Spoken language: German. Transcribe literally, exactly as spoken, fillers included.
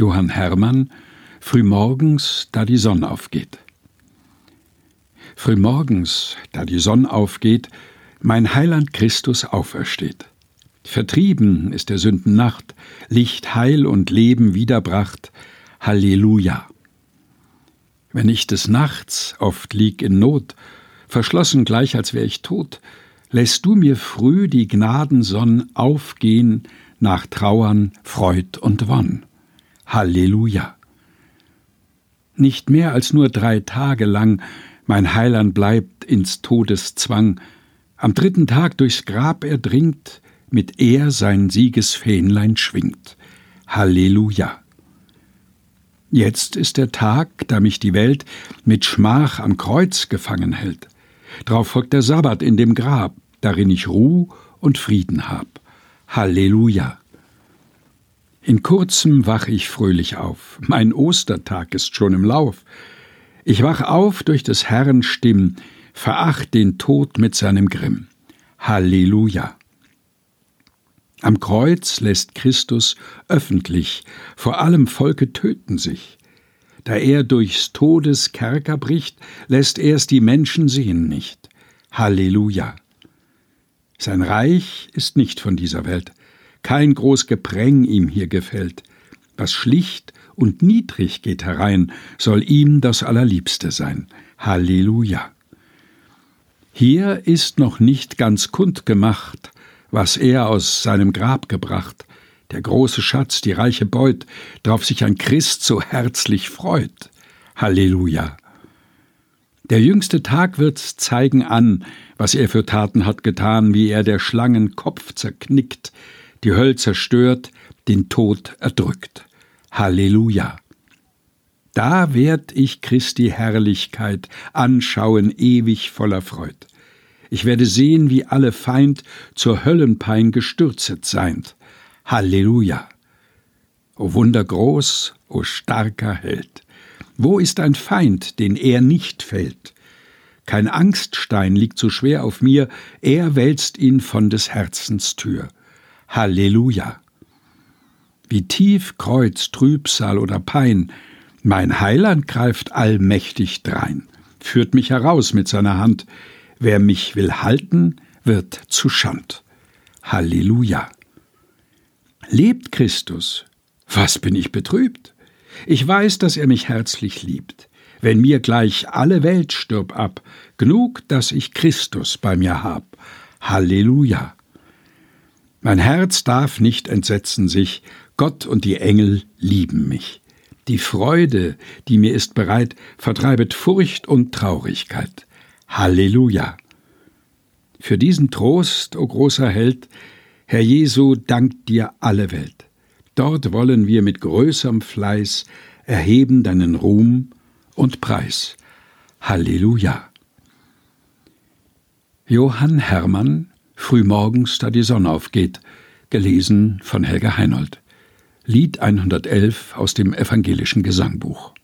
Johann Hermann, frühmorgens, da die Sonn aufgeht. Frühmorgens, da die Sonn aufgeht, mein Heiland Christus aufersteht. Vertrieben ist der Sünden Nacht, Licht, Heil und Leben wiederbracht. Halleluja! Wenn ich des Nachts oft lieg in Not, verschlossen gleich, als wär ich tot, lässt du mir früh die Gnadensonn aufgehen nach Trauern, Freud und Wonn. Halleluja! Nicht mehr als nur drei Tage lang mein Heiland bleibt ins Todes Zwang. Am dritten Tag durchs Grab er dringt, mit er sein Siegesfähnlein schwingt. Halleluja! Jetzt ist der Tag, da mich die Welt mit Schmach am Kreuz gefangen hält. Drauf folgt der Sabbat in dem Grab, darin ich Ruh und Frieden hab. Halleluja! In kurzem wach ich fröhlich auf, mein Ostertag ist schon im Lauf. Ich wach auf durch des Herrn Stimm, veracht den Tod mit seinem Grimm. Halleluja! Am Kreuz lässt Christus öffentlich vor allem Volke töten sich. Da er durchs Todes Kerker bricht, lässt er's die Menschen sehen nicht. Halleluja! Sein Reich ist nicht von dieser Welt, kein groß Gepräng ihm hier gefällt. Was schlicht und niedrig geht herein, soll ihm das Allerliebste sein. Halleluja! Hier ist noch nicht ganz kundgemacht, was er aus seinem Grab gebracht, der große Schatz, die reiche Beut, drauf sich ein Christ so herzlich freut. Halleluja! Der jüngste Tag wird's zeigen an, was er für Taten hat getan, wie er der Schlangen Kopf zerknickt, die Höll zerstört, den Tod erdrückt. Halleluja! Da werd ich Christi Herrlichkeit anschauen, ewig voller Freud. Ich werde sehen, wie alle Feind zur Höllenpein gestürzet seind. Halleluja! O wundergroß, o starker Held! Wo ist ein Feind, den er nicht fällt? Kein Angststein liegt so schwer auf mir, er wälzt ihn von des Herzens Tür. Halleluja! Wie tief Kreuz, Trübsal oder Pein, mein Heiland greift allmächtig drein, führt mich heraus mit seiner Hand. Wer mich will halten, wird zu Schand. Halleluja! Lebt Christus? Was bin ich betrübt? Ich weiß, dass er mich herzlich liebt. Wenn mir gleich alle Welt stirb ab, genug, dass ich Christus bei mir hab. Halleluja! Mein Herz darf nicht entsetzen sich, Gott und die Engel lieben mich. Die Freude, die mir ist bereit, vertreibet Furcht und Traurigkeit. Halleluja! Für diesen Trost, o großer Held, Herr Jesu, dankt dir alle Welt. Dort wollen wir mit größerem Fleiß erheben deinen Ruhm und Preis. Halleluja! Johann Hermann, frühmorgens, da die Sonne aufgeht, gelesen von Helga Heinold. Lied hundertelf aus dem Evangelischen Gesangbuch.